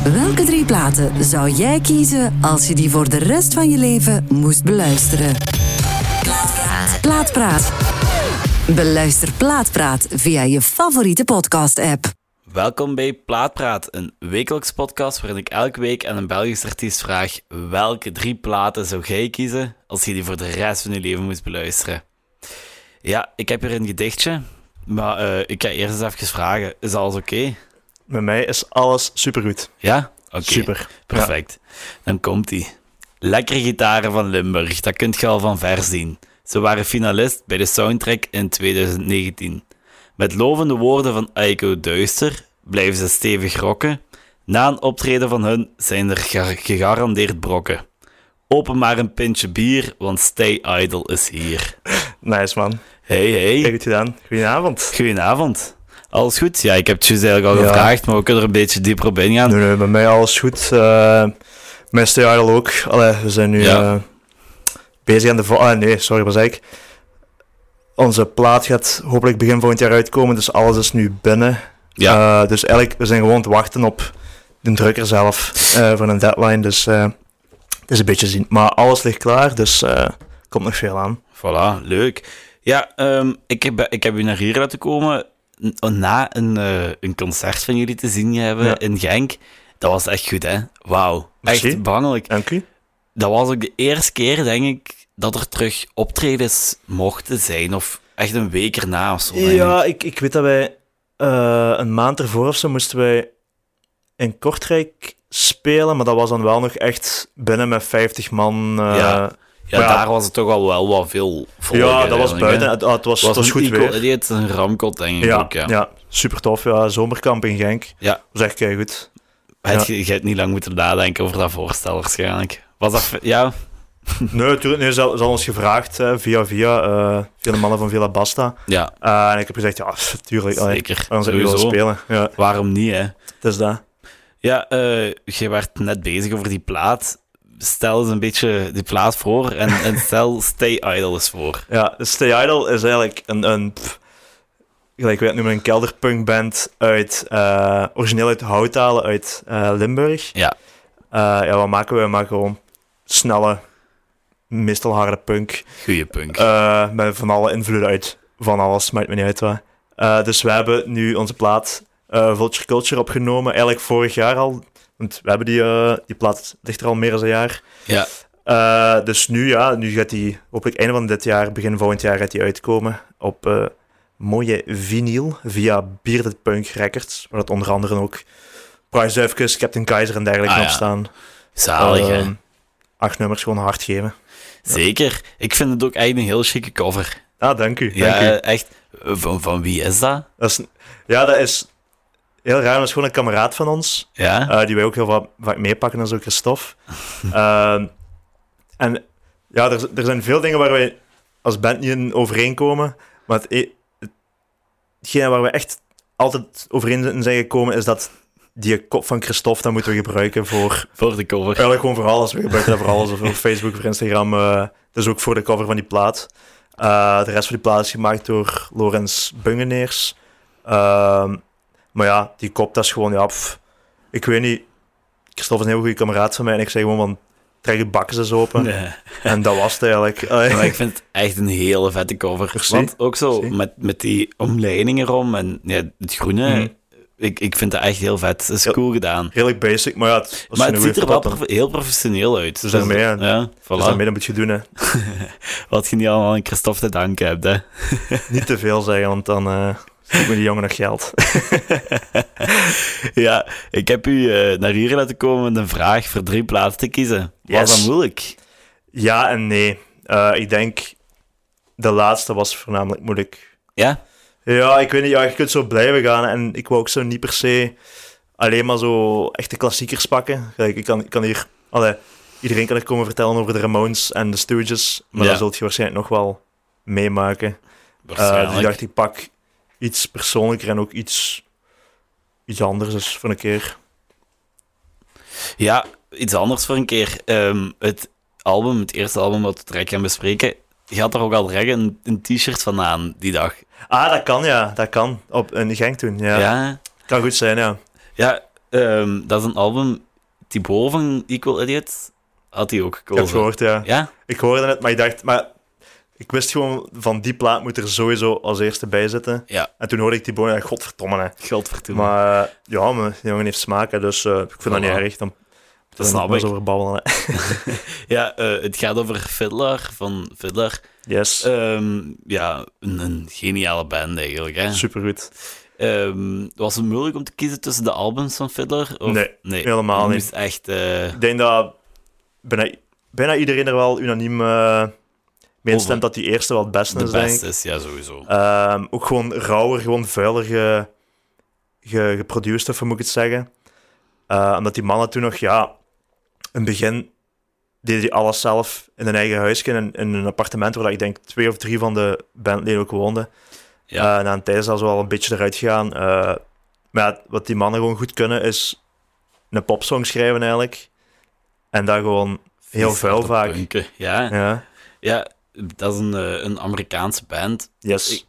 Welke 3 platen zou jij kiezen als je die voor de rest van je leven moest beluisteren? Plaatpraat. Beluister Plaatpraat via je favoriete podcast-app. Welkom bij Plaatpraat, een wekelijks podcast waarin ik elke week aan een Belgisch artiest vraag welke 3 platen zou jij kiezen als je die voor de rest van je leven moest beluisteren. Ja, ik heb hier een gedichtje, maar ik ga eerst eens even vragen, is alles oké? Met mij is alles supergoed. Ja? Oké. Super. Perfect. Ja. Dan komt-ie. Lekkere gitaren van Limburg, dat kunt je al van ver zien. Ze waren finalist bij de soundtrack in 2019. Met lovende woorden van Aiko Duister blijven ze stevig rocken. Na een optreden van hun zijn er gegarandeerd brokken. Open maar een pintje bier, want Stay Idle is hier. Nice, man. Hey. Goed gedaan. Goedenavond. Goedenavond. Alles goed? Ja, ik heb het juist eigenlijk al gevraagd, maar we kunnen er een beetje dieper op ingaan. Nee, bij mij alles goed. Met Stay Idle ook. Allee, we zijn nu bezig aan de... wat zei ik? Onze plaat gaat hopelijk begin volgend jaar uitkomen, dus alles is nu binnen. Ja. Dus eigenlijk, we zijn gewoon te wachten op de drukker zelf voor een deadline, dus het is een beetje zien. Maar alles ligt klaar, dus komt nog veel aan. Voilà, leuk. Ja, ik heb u naar hier laten komen na een concert van jullie te zien hebben in Genk. Dat was echt goed, hè? Wauw. Echt bangelijk. Dank u. Dat was ook de eerste keer, denk ik, dat er terug optredens mochten zijn. Of echt een week erna of zo. Ja, ik weet dat wij een maand ervoor of zo moesten wij in Kortrijk spelen. Maar dat was dan wel nog echt binnen met 50 man. Daar was het toch al wel wat veel volk. Ja, dat was buiten. Het was goed weer. Die had een ramkot, denk ik ook. Ja, super tof. Ja, zomerkamp in Genk. Ja. Dat was echt goed. Je hebt niet lang moeten nadenken over dat voorstel waarschijnlijk. Was dat... Ja... Nee, natuurlijk. Nee, ze hadden ons gevraagd via vele mannen van Villa Basta. Ja. En ik heb gezegd, ja, tuurlijk. Zeker. Dan zijn we wel spelen. Ja. Waarom niet, hè? Het is dat. Ja, je werd net bezig over die plaat. Stel eens een beetje die plaat voor en stel Stay Idle eens voor. Ja, Stay Idle is eigenlijk ik weet het nu, een kelderpunkband origineel uit Houthalen, uit Limburg. Ja. Wat maken we? We maken gewoon snelle, meestal harde punk. Goeie punk. Met van alle invloeden uit van alles, maakt me niet uit wat. Dus we hebben nu onze plaat Vulture Culture opgenomen, eigenlijk vorig jaar al. Want we hebben die plaat ligt er al meer dan een jaar. Ja. Dus nu gaat die hopelijk einde van dit jaar, begin volgend jaar gaat die uitkomen op mooie vinyl via Bearded Punk Records, waar dat onder andere ook Price Duifkes, Captain Keizer en dergelijke op staan. Zalig, hè? 8 nummers gewoon hard geven. Zeker. Ik vind het ook eigenlijk een heel chique cover. Ah, dank u. Ja, dank u. Echt. Van wie is dat? Dat is heel raar. Dat is gewoon een kameraad van ons. Ja? Die wij ook heel vaak meepakken, dat is ook Christophe. En ja, er zijn veel dingen waar wij als band niet in overeenkomen. Maar hetgene waar we echt altijd overeen zijn gekomen, is dat die kop van Christophe, dat moeten we gebruiken voor de cover. Eigenlijk gewoon voor alles. We gebruiken dat voor alles. Voor Facebook, voor Instagram. Dus ook voor de cover van die plaat. De rest van die plaat is gemaakt door Lorenz Bungeneers. Maar ja, die kop, dat is gewoon... ik weet niet. Christophe is een heel goede kameraad van mij. En ik zeg gewoon van... Trek je bakken eens open. Nee. En dat was het eigenlijk. Maar ik vind het echt een hele vette cover. Merci. Want ook zo met die omleidingen erom en het groene... Mm-hmm. Ik vind dat echt heel vet. Het is cool gedaan. Redelijk basic, maar ja... Maar het ziet er wel heel professioneel uit. Dus daarmee, ja. Voilà. Dus daarmee moet je doen, hè. Wat je niet allemaal aan Christophe te danken hebt, hè. Niet te veel zeggen, want dan geeft me die jongen nog geld. Ja, ik heb u naar hier laten komen met een vraag voor 3 plaatsen te kiezen. Was dat moeilijk? Ja en nee. Ik denk... De laatste was voornamelijk moeilijk. Ja? Ja, ik weet niet. Ja, je kunt zo blijven gaan. En ik wou ook zo niet per se alleen maar zo echte klassiekers pakken. Kijk, ik kan hier... iedereen kan er komen vertellen over de Ramones en de Stooges. Maar dat zult je waarschijnlijk nog wel meemaken. Dus ik dacht, ik pak iets persoonlijker en ook iets anders dus voor een keer. Ja, iets anders voor een keer. Het eerste album wat we direct gaan bespreken, je had er ook al direct een t-shirt van aan die dag. Ah, dat kan, ja. Dat kan. Op een Genk toen, ja. Kan goed zijn, ja. Ja, Dat is een album... Thibaut van Equal Idiots had hij ook Ik gekozen. heb gehoord, ja. Ja? Ik hoorde het, maar ik dacht... Maar ik wist gewoon, van die plaat moet er sowieso als eerste bij zitten. Ja. En toen hoorde ik die boy en godverdomme, hè. Godverdomme. Maar ja, die jongen heeft smaak, hè, dus ik vind dat niet erg. Dan Dat snap eens ik. over babbelen. Hè. Ja, het gaat over Fiddler van Fiddler. Yes, Ja, een geniale band eigenlijk. Hè? supergoed. Was het moeilijk om te kiezen tussen de albums van Fiddler? Of? Nee, helemaal Je niet. moest echt... Ik denk dat bijna iedereen er wel unaniem mee instemt dat die eerste wel het beste de is, denk ik. beste is, ja, sowieso. Ook gewoon rauwer, gewoon vuiler geproduced, of hoe moet ik het zeggen. Omdat die mannen toen nog, ja, in het begin deden die alles zelf in hun eigen huisje, in een appartement waar ik denk 2 of 3 van de bandleden ook woonden. Ja. Na een tijd is dat zo wel een beetje eruit gegaan. Maar ja, wat die mannen gewoon goed kunnen, is een popsong schrijven eigenlijk. En dat gewoon heel Vies vuil hard op vaak. punken. Ja. Ja, Ja, dat is een Amerikaanse band. yes.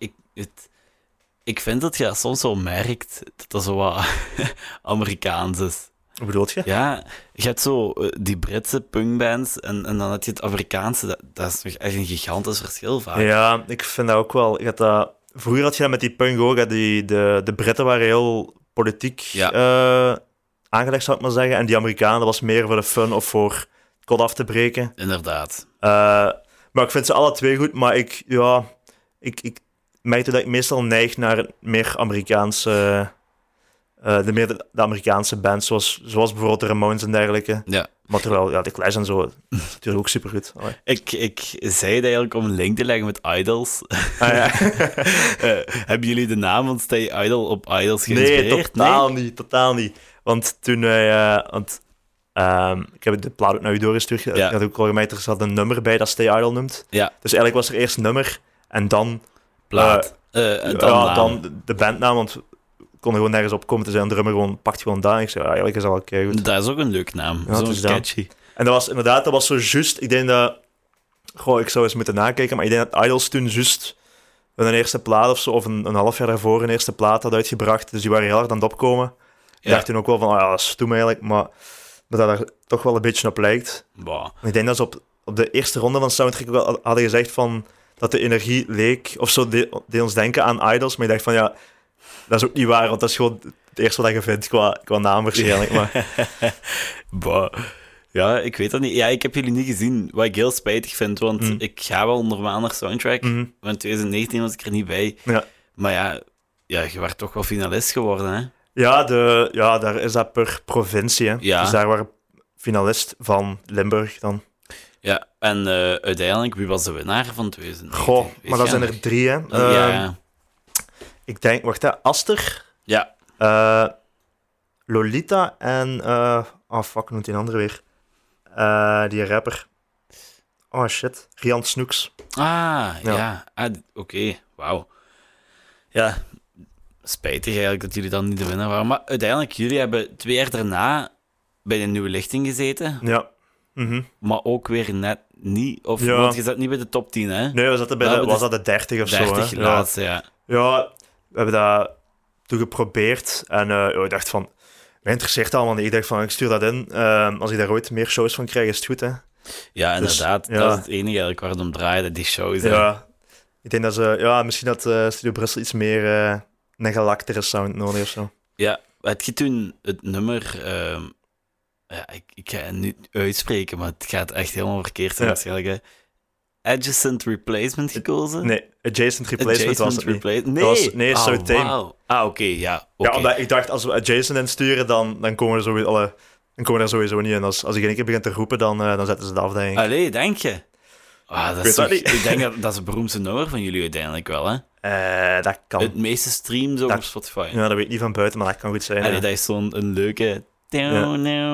Ik vind dat je soms wel merkt dat dat zo wat Amerikaans is. Hoe bedoel je? Ja, je hebt zo die Britse punkbands en dan heb je het Amerikaanse. Dat is toch echt een gigantisch verschil vaak. Ja, ik vind dat ook wel. Vroeger had je dat met die punk ook. Hè, de Britten waren heel politiek aangelegd, zou ik maar zeggen. En die Amerikanen, dat was meer voor de fun of voor het kot af te breken. Inderdaad. Maar ik vind ze alle twee goed. Maar ik merkte dat ik meestal neig naar het meer Amerikaanse... de Amerikaanse bands, zoals bijvoorbeeld de Ramones en dergelijke. Ja. Maar terwijl, ja, de Clash en zo, dat is natuurlijk ook supergoed. Allee. Ik zei het eigenlijk om een link te leggen met Idols. Ah, ja. Hebben jullie de naam van Stay Idol op Idols Nee, geïnspireerd? totaal niet. Want toen ik heb de plaat ook naar u doorgestuurd. Ja. Ik had ook al gemerkt, er zat een nummer bij dat Stay Idol noemt. Ja, Dus eigenlijk was er eerst nummer en dan, plaat. Dan dan de bandnaam, want we konden gewoon nergens op komen te zijn. De drummer gewoon, pakt gewoon daar. En ik zei, eigenlijk is dat wel keigoed. Dat is ook een leuk naam. Ja, Zo'n het is dat. catchy. En dat was zo juist. Ik denk dat... Goh, ik zou eens moeten nakijken, maar ik denk dat Idols toen juist een eerste plaat of zo, of een half jaar daarvoor een eerste plaat had uitgebracht. Dus die waren heel hard aan het opkomen. Ik dacht toen ook wel van, ja, dat is stoem eigenlijk, maar dat er toch wel een beetje op lijkt. Bah. Ik denk dat ze op de eerste ronde van Soundtrack ook al hadden gezegd van dat de energie leek, of zo, deed ons denken aan Idols. Maar ik dacht van, ja, dat is ook niet waar, want dat is gewoon het eerste wat je vindt qua naam waarschijnlijk. Maar Bah. Ja, ik weet dat niet. Ja, ik heb jullie niet gezien, wat ik heel spijtig vind, want ik ga wel normaal naar Soundtrack. Maar in 2019 was ik er niet bij. ja. Maar ja, je werd toch wel finalist geworden, hè? Ja, daar is dat per provincie. Hè. Ja. Dus daar waren finalist van Limburg dan. Ja, en uiteindelijk, wie was de winnaar van 2019? Goh, Weet maar dat je zijn nog? er 3, hè. Ja. Ik denk, wacht, hè, Aster, Ja. Lolita en... fuck, hoe noemt die een andere weer? Die rapper. Oh, shit. Rian Snoeks. Ja. Oké, wauw. Ja, spijtig eigenlijk dat jullie dan niet de winnaar waren. Maar uiteindelijk, jullie hebben 2 jaar daarna bij de Nieuwe Lichting gezeten, Ja. Mhm. maar ook weer net niet. Of, Ja. Want je zat niet bij de top 10, hè? Nee, we zaten bij We hebben was dat de 30 of 30 zo, hè? laatste, ja. Ja, we hebben dat toen geprobeerd. En ik dacht van... Mij interesseert het allemaal niet. Ik dacht van, ik stuur dat in. Als ik daar ooit meer shows van krijg, is het goed, hè? Ja, inderdaad. Dus, ja. Dat is het enige eigenlijk waar het om draaide, die shows. hè. Ja. Ik denk dat ze... Ja, misschien had Studio Brussel iets meer een gelaktere sound nodig of zo. Ja, had je toen het nummer... ja, ik ga het niet uitspreken, maar het gaat echt helemaal verkeerd zijn Ja. waarschijnlijk. Hè. Adjacent Replacement gekozen? Nee, Adjacent Replacement was het niet. Nee, Nee, oh, So Tame. wow. Oké, ja. Ja, oké. omdat ik dacht, als we Adjacent insturen, dan komen we er sowieso niet in. Als ik in één keer begin te roepen, dan zetten ze het af, denk ik. Allee, denk je? Dat is weet dat toch- niet. ik denk dat is het beroemdste nummer van jullie uiteindelijk wel, hè? Dat kan. Het meeste streams ook Dat- op Spotify. Ja, dat weet ik niet van buiten, maar dat kan goed zijn. Allee, Ja. dat is zo'n een leuke... Ja.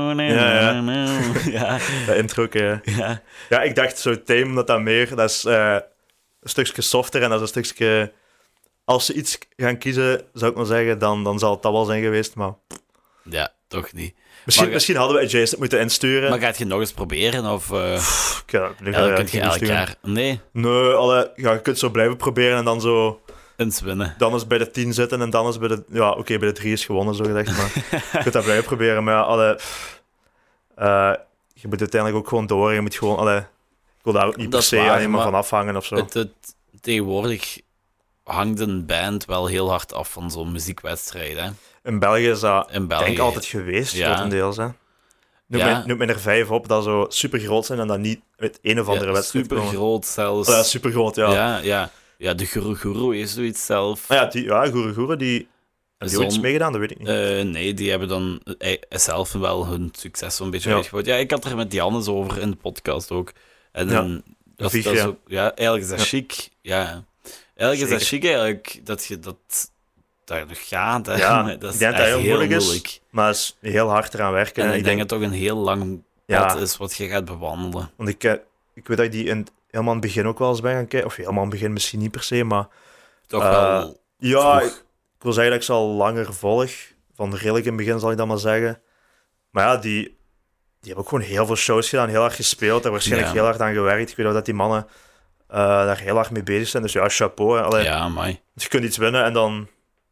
Ja. Dat intro ook, Ja. Ja, ik dacht zo Tame, dat meer... Dat is een stukje softer en dat is een stukje... Als ze iets gaan kiezen, zou ik maar zeggen, dan zal het dat wel zijn geweest. Maar Ja, toch niet. misschien hadden we Adjacent moeten insturen. Maar gaat je nog eens proberen? Of Ja, nu ja, ga dat ik kun je niet elk sturen. jaar? Nee. Nee, je kunt zo blijven proberen en dan zo Eens winnen. Dan is bij de 10 zitten en dan is bij de... Ja, oké, bij de 3 is gewonnen, zo gezegd. Maar je kunt dat blijven proberen. Maar je moet uiteindelijk ook gewoon door. Je moet gewoon... ik wil daar ook niet Dat per is se waar, alleen maar maar van afhangen of zo. Tegenwoordig hangt een band wel heel hard af van zo'n muziekwedstrijd. Hè? In België is dat, In België, denk ik, altijd geweest, ja. grotendeels. Hè. Ja. Noem me er 5 op dat zo super groot zijn en dat niet uit een of andere wedstrijd super komen. groot zelfs. Ja, super groot, ja. Ja, de Guru Guru is zoiets zelf. Guru Guru, die hebben die ooit iets meegedaan, dat weet ik niet. Nee, die hebben dan zelf wel hun succes zo'n beetje Ja. uitgebouwd. Ja, ik had er met Jannes over in de podcast ook. En Ja. dat is ook, eigenlijk is dat chic. Ja. Eigenlijk is dat chic eigenlijk, dat je dat nog gaat. Hè. Ja, dat is ik denk dat echt heel heel moeilijk moeilijk. is, maar het is heel hard eraan werken. En ik denk dat het toch een heel lang Ja. pad is wat je gaat bewandelen. Want ik weet dat ik die helemaal in het begin ook wel eens ben gaan kijken. Of helemaal in het begin misschien niet per se, maar... Toch wel. Ja, vroeg. ik wil zeggen dat ik ze al langer volg. Van redelijk in het begin zal ik dat maar zeggen. Maar ja, die hebben ook gewoon heel veel shows gedaan, heel hard gespeeld, daar waarschijnlijk Ja. heel hard aan gewerkt. Ik weet ook dat die mannen daar heel hard mee bezig zijn. Dus ja, chapeau. Hè. Allee, Ja, amai. je kunt iets winnen en dan...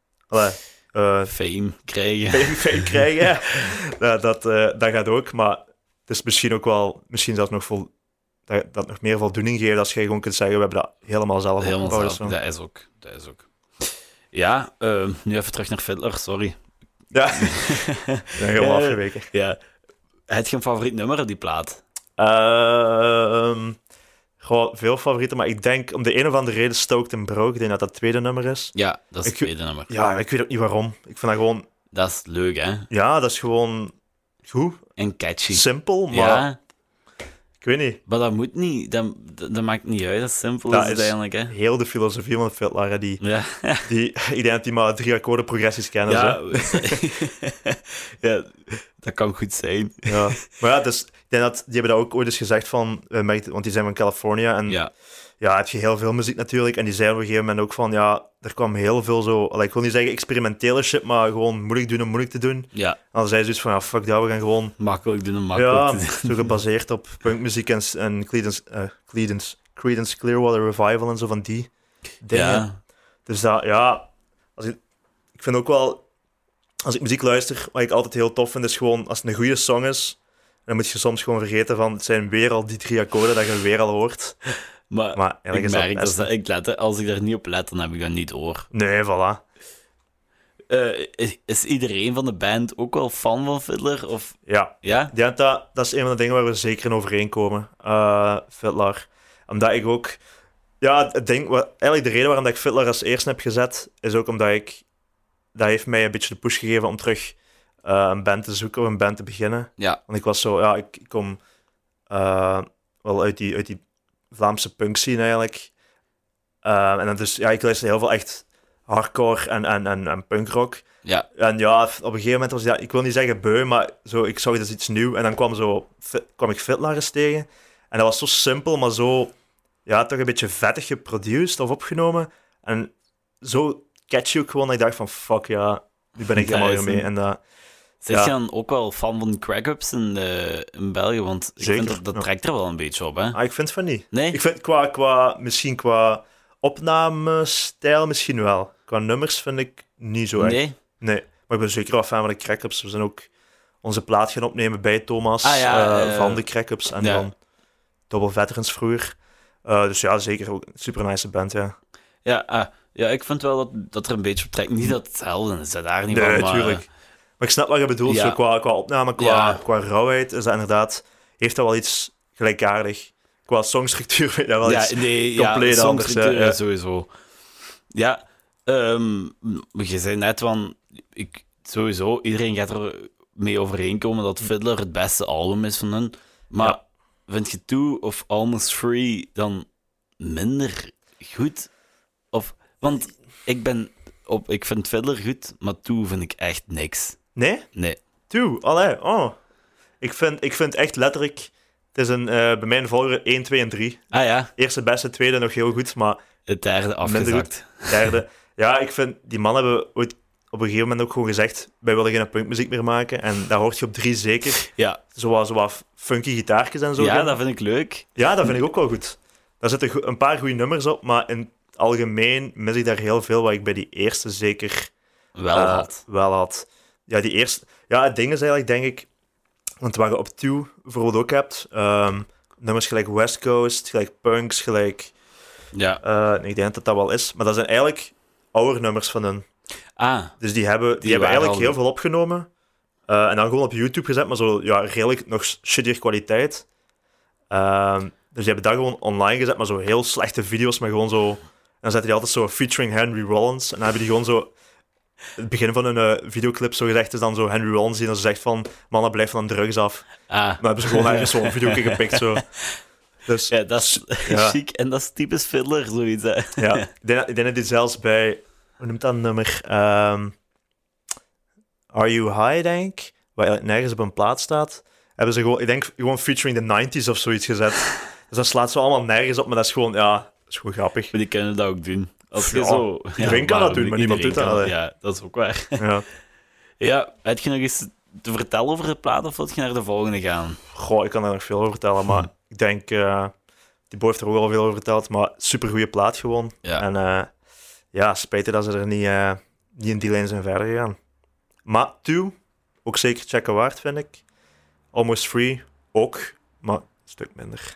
Fame krijgen. fame krijgen. Dat gaat ook, maar het is misschien ook wel... Misschien zelfs nog dat nog meer voldoening geeft als je gewoon kunt zeggen, we hebben dat helemaal zelf Helemaal opgebouwd. zelf. Zo. Dat is ook. Ja, nu even terug naar Fiddler, sorry. Ja, ik ben helemaal afgeweken. Ja. Heb je een favoriet nummer op die plaat? Gewoon veel favorieten, maar ik denk om de een of andere reden Stoked and Broke. Ik denk dat dat het tweede nummer is. Ja, dat is Ik- het tweede nummer. Ja, ik weet ook niet waarom. Ik vind dat gewoon... Dat is leuk, hè? Ja, dat is gewoon goed. En catchy. Simpel, maar Ja, ik weet niet. maar dat moet niet. Dat maakt niet uit. Dat simpel Dat is het is- eigenlijk, hè? Heel de filosofie van de Fiddler, hè, Ja. ik denk dat die maar 3 akkoorden progressies kennen. Ja. Zo. Ja, dat kan goed zijn. Ja. Maar ja, dus, ik denk dat die hebben dat ook ooit eens gezegd van... want die zijn van California en Ja, heb je heel veel muziek natuurlijk. En die zeiden op een gegeven moment ook van... Ja, er kwam heel veel zo... Ik wil niet zeggen experimentele shit, maar gewoon moeilijk te doen. ja. En dan zei ze dus van, ja, fuck dat, we gaan gewoon... Makkelijk doen en makkelijk Ja, te doen. zo gebaseerd op punkmuziek en Creedence Clearwater Revival en zo van die dingen. Ja, Dus dat, ja... Ik vind ook wel... Als ik muziek luister, wat ik altijd heel tof vind, is gewoon... Als het een goede song is, dan moet je soms gewoon vergeten van... Het zijn weer al die 3 akkoorden dat je weer al hoort. maar Maar eigenlijk ik is dat merk best- dat ik let, hè. Als ik daar niet op let, dan heb ik dat niet door. Nee, voilà. Is iedereen van de band ook wel fan van Fiddler? Of... Ja. Ja? Ik denk dat is een van de dingen waar we zeker in overeenkomen. Fiddler. Omdat ik ook... Ja, eigenlijk de reden waarom dat ik Fiddler als eerste heb gezet, is ook omdat dat heeft mij een beetje de push gegeven om terug een band te zoeken of een band te beginnen. Ja. Want ik was zo... Ja, ik kom wel uit die Vlaamse punk scene eigenlijk. En dan dus... Ja, ik luister heel veel echt hardcore en punkrock. Ja. En ja, op een gegeven moment was ik wil niet zeggen beu, maar zo, ik zag dus iets nieuws. En dan kwam ik Fiddler eens tegen. En dat was zo simpel, maar zo... Ja, toch een beetje vettig geproduced of opgenomen. En zo catchy ook gewoon, dat ik dacht van, fuck ja, nu ben ik Dat helemaal is weer mee. een- En dat... Zeg Ja. je dan ook wel fan van crack-ups in België? Want ik Zeker, vind dat ja. trekt er wel een beetje op, hè? Ik vind van niet. Nee? Ik vind misschien qua opnamestijl misschien wel. Qua nummers vind ik niet zo echt. Nee? Nee, maar ik ben zeker wel fan van de Crack-Ups. We zijn ook onze plaat gaan opnemen bij Thomas van de Crack-Ups en ja. van Double Veterans vroeger. Dus ja, zeker ook een super nice band, ja. Ja, ik vind wel dat er een beetje op trekt. Niet dat het hetzelfde is, daar niet Nee, van, maar... natuurlijk. Maar ik snap wat je bedoelt. Ja. Zo qua opname, Ja. qua rauwheid, is dat inderdaad... Heeft dat wel iets gelijkaardig. Qua songstructuur vind ik dat wel iets compleet anders. songstructuur, Ja. sowieso. Ja, je zei net van... Sowieso, iedereen gaat er mee overeenkomen dat Fiddler het beste album is van hen. Maar Ja. vind je Two of Almost Free dan minder goed? Want ik vind Fiddler goed, maar Two vind ik echt niks. Nee? Nee. Allee, oh. Ik vind echt letterlijk... Het is bij mijn volger 1, 2 en 3. Ah ja, Eerste, beste, tweede nog heel goed, maar het derde afgezakt. derde... Ja, ik vind... Die mannen hebben ooit op een gegeven moment ook gewoon gezegd, wij willen geen punkmuziek meer maken. En daar hoort je op 3 zeker. Ja, Zo wat funky gitaartjes en zo. ja, in. dat vind ik leuk. Ja, dat vind ik ook wel goed. Daar zitten een paar goede nummers op, maar algemeen mis ik daar heel veel wat ik bij die eerste zeker wel had. Ja, die eerste... Ja, het ding is eigenlijk, denk ik... Want wat je op 2 bijvoorbeeld ook hebt... nummers gelijk West Coast, gelijk Punks, gelijk... Ja. Ik denk dat dat wel is. Maar dat zijn eigenlijk oude nummers van hun. Dus die hebben eigenlijk heel veel opgenomen. En dan gewoon op YouTube gezet, maar zo redelijk nog shittier kwaliteit. Dus die hebben dat gewoon online gezet, maar zo heel slechte video's, maar gewoon zo... En dan zetten die altijd zo featuring Henry Rollins. En dan hebben die gewoon zo... Het begin van hun videoclip zo gezegd is dan zo Henry Rollins die dan zo zegt van... Mannen, blijf van drugs af. Dan hebben ze gewoon ergens zo'n video gepikt, zo. Dus, ja, dat is chic en dat is typisch fiddler, zoiets. Hè. Ja, ik denk dat die zelfs bij... Hoe noemt dat nummer? Are You High, denk ik? Waar eigenlijk nergens op een plaat staat. Hebben ze gewoon, ik denk, gewoon featuring the 90s of zoiets gezet. Dus dat slaat zo allemaal nergens op, maar dat is gewoon, dat is gewoon grappig. Maar die kunnen dat ook doen. Als je Ja, zo... iedereen kan dat doen, maar niemand doet dat. Ja, dat is ook waar. Ja. Ja, heb je nog eens te vertellen over de plaat, of wil je naar de volgende gaan? Goh, ik kan daar nog veel over vertellen, maar ik denk... die boy heeft er ook al veel over verteld, maar supergoeie plaat gewoon. Ja. En spijtig dat ze er niet in die lijn zijn verder gegaan. Maar 2, ook zeker checken waard, vind ik. Almost Free, ook, maar een stuk minder.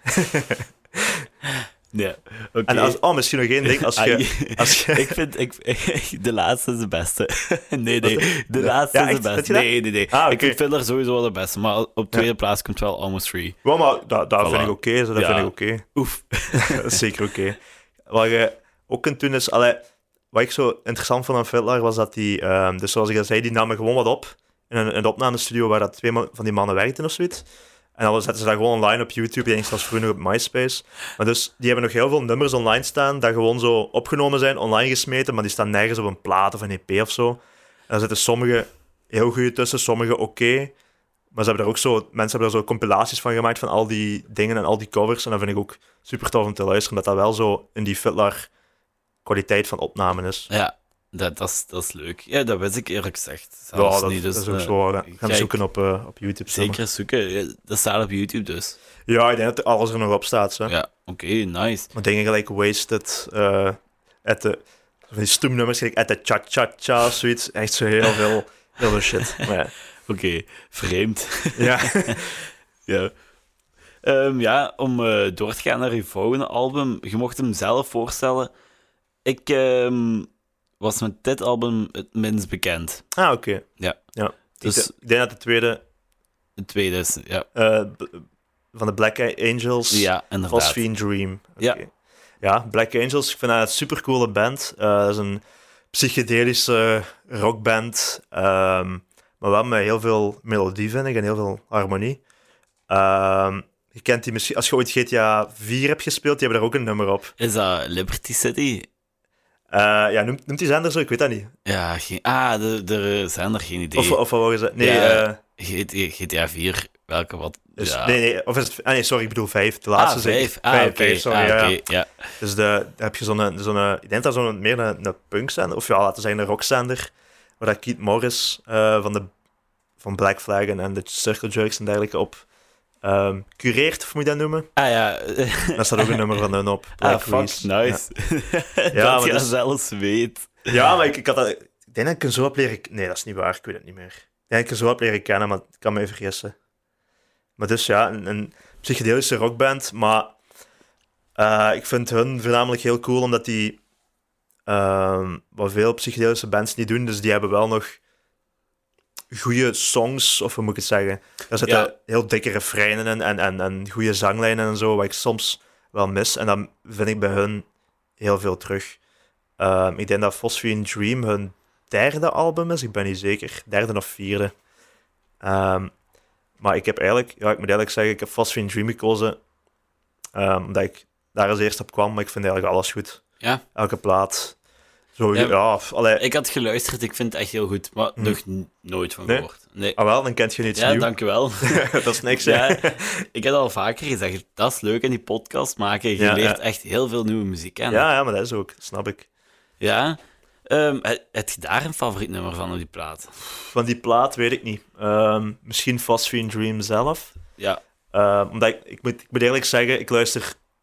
Ja, oké. En misschien nog één ding. Als je... Ik vind... de laatste is de beste. Nee. De laatste is de beste. Nee. Okay. Ik vind Fiddler sowieso wel de beste, maar op tweede plaats komt wel Almost Free. Ja, maar dat vind ik oké. Dat vind ik oké. Oef. Dat is zeker oké. Wat je ook kunt doen is... wat ik zo interessant vond aan Fiddler was dat die... dus zoals ik al zei, die namen gewoon wat op in een opnamestudio waar dat 2 van die mannen werkten of zoiets. En dan zetten ze dat gewoon online op YouTube. Ik denk zelfs vroeger op MySpace. Maar dus, die hebben nog heel veel nummers online staan, dat gewoon zo opgenomen zijn, online gesmeten, maar die staan nergens op een plaat of een EP of zo. En dan zitten sommige heel goede tussen, sommige oké. Maar ze hebben er ook zo... Mensen hebben er zo compilaties van gemaakt, van al die dingen en al die covers. En dat vind ik ook super tof om te luisteren, dat dat wel zo in die Fiddler kwaliteit van opname is. Ja, dat is leuk. Ja, dat wist ik eerlijk gezegd. Ja, dat is ook zo. Gaan zoeken op YouTube. Zeker zoeken. Ja, dat staat op YouTube dus. Ja, ik denk dat alles er nog op staat. Zo. Ja, oké, nice. Maar dingen gelijk Wasted, van die stoemnummers, gelijk At the Cha-Cha-Cha of zoiets. Echt zo heel veel shit. Ja. Oké, vreemd. Ja. Ja. Om door te gaan naar je volgende album, je mocht hem zelf voorstellen. Ik was met dit album het minst bekend. Oké. Ja. Dus, ik denk dat de tweede... De tweede is, ja. Van de Black Angels. Ja, inderdaad. Phosphine Dream. Okay. Ja, Black Angels, ik vind dat een supercoole band. Dat is een psychedelische rockband. Maar wel met heel veel melodie, vind ik, en heel veel harmonie. Je kent die misschien... Als je ooit GTA 4 hebt gespeeld, die hebben daar ook een nummer op. Is dat Liberty City? Noemt die zender zo? Ik weet dat niet. Ja, de zender, geen idee. Of wat wou je zeggen? Nee, GTA 4, welke wat? Dus, ja. Nee, of is het... nee, sorry, ik bedoel 5. De laatste 5. Oké, sorry. Ja. Dus daar heb je zo'n... Ik denk dat meer een punkzender, of laten we zeggen een rockzender, waar dat Keith Morris van Black Flag en de Circle Jerks en dergelijke op cureert, of moet je dat noemen? Ja. Daar staat ook een nummer van hun op. Black fuck, Reese. nice. Ja. Dat je dat zelfs weet. Ja, maar ik had dat... Ik denk dat ik hem zo heb leren... Nee, dat is niet waar, ik weet het niet meer. Ik denk dat ik hem zo heb leren kennen, maar ik kan me even vergissen. Maar dus ja, een psychedelische rockband, maar ik vind hun voornamelijk heel cool, omdat die wat veel psychedelische bands niet doen, dus die hebben wel nog goede songs, of hoe moet ik het zeggen? Daar zitten heel dikke refreinen in en goede zanglijnen en zo, wat ik soms wel mis. En dan vind ik bij hun heel veel terug. Ik denk dat Phosphine Dream hun 3e album is, ik ben niet zeker. 3e of 4e. Maar ik heb eigenlijk, ik moet eerlijk zeggen, ik heb Phosphine Dream gekozen, omdat ik daar als eerst op kwam, maar ik vind eigenlijk alles goed. Ja. Elke plaat. Zo, Ik had geluisterd, ik vind het echt heel goed, maar nog nooit van gehoord. Nee. Ah wel, dan kent je niets nieuw. Ja, dankjewel. Dat is niks, ja, ik heb al vaker gezegd, dat is leuk in die podcast maken. Je leert echt heel veel nieuwe muziek kennen. Ja, maar dat is ook, dat snap ik. Ja. Heb je daar een favoriet nummer van op die plaat? Van die plaat weet ik niet. Misschien Phosphine Dream zelf. Ja. Omdat ik moet eerlijk zeggen, ik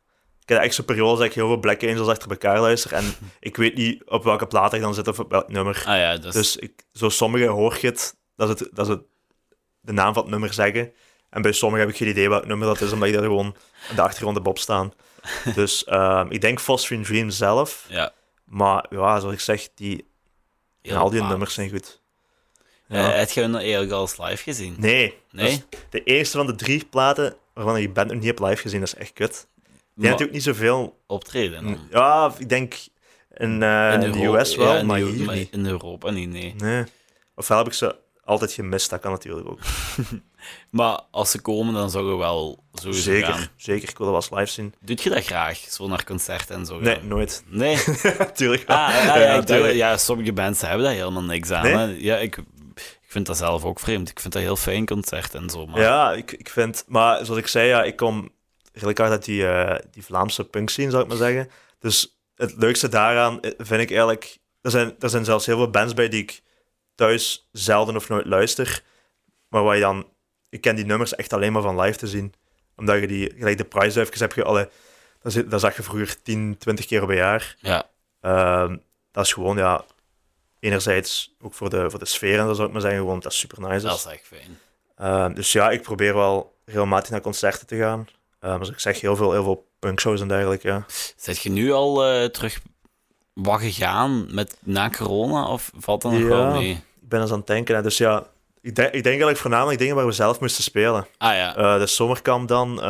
heb echt zo'n periodes dat ik heel veel Black Angels achter elkaar luister en ik weet niet op welke plaat ik dan zit of op welk nummer. Ah ja, Dus zo sommige hoor je het, dat is de naam van het nummer zeggen. En bij sommigen heb ik geen idee welk nummer dat is, omdat je daar gewoon in de achtergrond op staan. Dus ik denk Phosphine Dream zelf. Ja. Maar ja, zoals ik zeg, al die nummers zijn goed. Ja. Heb je hem eigenlijk al eens live gezien? Nee. Nee? De eerste van de 3 platen waarvan ik band nog niet heb live gezien, dat is echt kut. Die heeft ook niet zoveel... Optreden dan? Ja, ik denk in de US wel, ja, maar hier niet. In Europa niet, nee. Ofwel heb ik ze altijd gemist, dat kan natuurlijk ook. Maar als ze komen, dan zou je wel sowieso gaan. Zeker, ik wil dat wel eens live zien. Doet je dat graag, zo naar concerten en zo? Nee, gaan? nooit. Nee? Tuurlijk wel. Ja, sommige bands hebben daar helemaal niks aan. Nee? Hè? Ja, ik vind dat zelf ook vreemd. Ik vind dat heel fijn, concert en zo. Maar... Ja, ik vind... Maar zoals ik zei, ja, ik kom redelijk hard uit die Vlaamse punk scene, zou ik maar zeggen. Dus het leukste daaraan vind ik eigenlijk... Er zijn zelfs heel veel bands bij die ik thuis zelden of nooit luister. Maar waar je dan... Ik ken die nummers echt alleen maar van live te zien. Omdat je die... Gelijk de Prizeduifjes heb je dat zag je vroeger 10, 20 keer per jaar. Ja. Dat is gewoon, ja... Enerzijds ook voor de sfeer en zo zou ik maar zeggen. Gewoon, dat is super nice. Dat is echt fijn. Dus ja, ik probeer wel regelmatig naar concerten te gaan. Zoals ik zeg, heel veel punkshows en dergelijke, ja. Zet je nu al terug wat gegaan na corona, of valt dat nog wel mee? Ik ben eens aan het denken. Hè. Dus ja, ik denk eigenlijk voornamelijk dingen waar we zelf moesten spelen. Ah ja. De Zomerkamp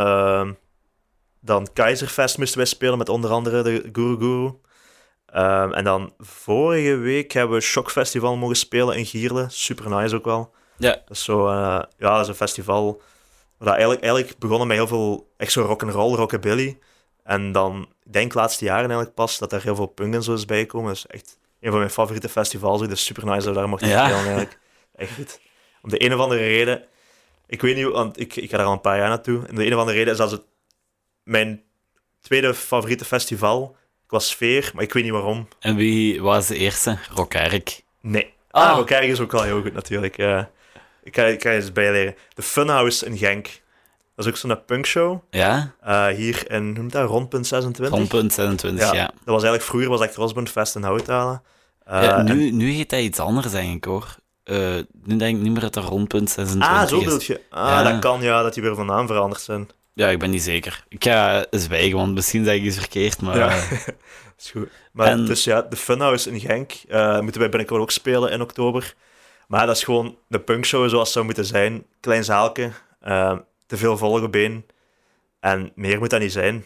dan Keizerfest moesten wij spelen met onder andere de Guru Guru. En dan vorige week hebben we Shock Festival mogen spelen in Gierle. Super nice ook wel. Ja. Dat is zo, dat is een festival dat eigenlijk begonnen met heel veel echt zo rock'n'roll, rockabilly. En dan, ik denk de laatste jaren eigenlijk pas, dat er heel veel punk en zo is bijgekomen. Dat is echt een van mijn favoriete festivals. Dus super nice dat we daar mochten spelen eigenlijk. Echt goed. Om de een of andere reden, ik weet niet, want ik ga er al een paar jaar naartoe. En de een of andere reden is dat het mijn tweede favoriete festival qua sfeer, maar ik weet niet waarom. En wie was de eerste? Rockerk? Nee. Rockerk is ook wel heel goed natuurlijk. Ik ga je eens bijleren. De Funhouse in Genk. Dat is ook zo'n punkshow. Ja? Hier in, hoe noemt dat, Rondpunt 26? Rondpunt 26, ja. Dat was eigenlijk vroeger, was echt Rosbundfest in Houthalen. Nu heet dat iets anders, denk ik, hoor. Nu denk ik niet meer dat dat Rondpunt 26 is. Zo bedoel je. Dat kan, ja, dat die weer van naam veranderd zijn. Ja, ik ben niet zeker. Ik ga zwijgen, want misschien zeg ik iets verkeerd, maar... Ja, is goed. Maar dus ja, de Funhouse in Genk moeten wij binnenkort ook spelen in oktober. Maar dat is gewoon de punkshow zoals het zou moeten zijn. Klein zaalke, te veel volk op één. En meer moet dat niet zijn.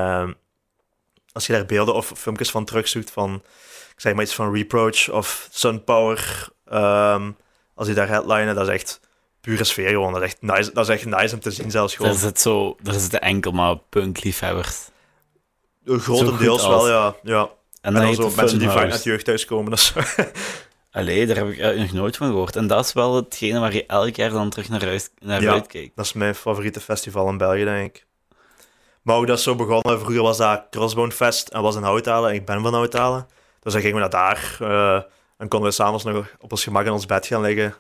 Als je daar beelden of filmpjes van terugzoekt van, ik zeg maar iets van Reproach of Sunpower, als die daar headlinen, dat is echt pure sfeer gewoon. Dat is echt nice, dat is echt nice om te zien zelfs gewoon. Daar zitten enkel maar punkliefhebbers. Grotendeels wel, ja. En dan zo mensen die vaak naar het jeugdhuis komen. Dus. Allee, daar heb ik nog nooit van gehoord. En dat is wel hetgene waar je elk jaar dan terug naar uitkijkt. Dat is mijn favoriete festival in België, denk ik. Maar hoe dat zo begonnen, vroeger was dat Crossbone Fest en was in Houthalen. En ik ben van Houthalen. Dus dan gingen we naar daar. En konden we s'avonds nog op ons gemak in ons bed gaan liggen.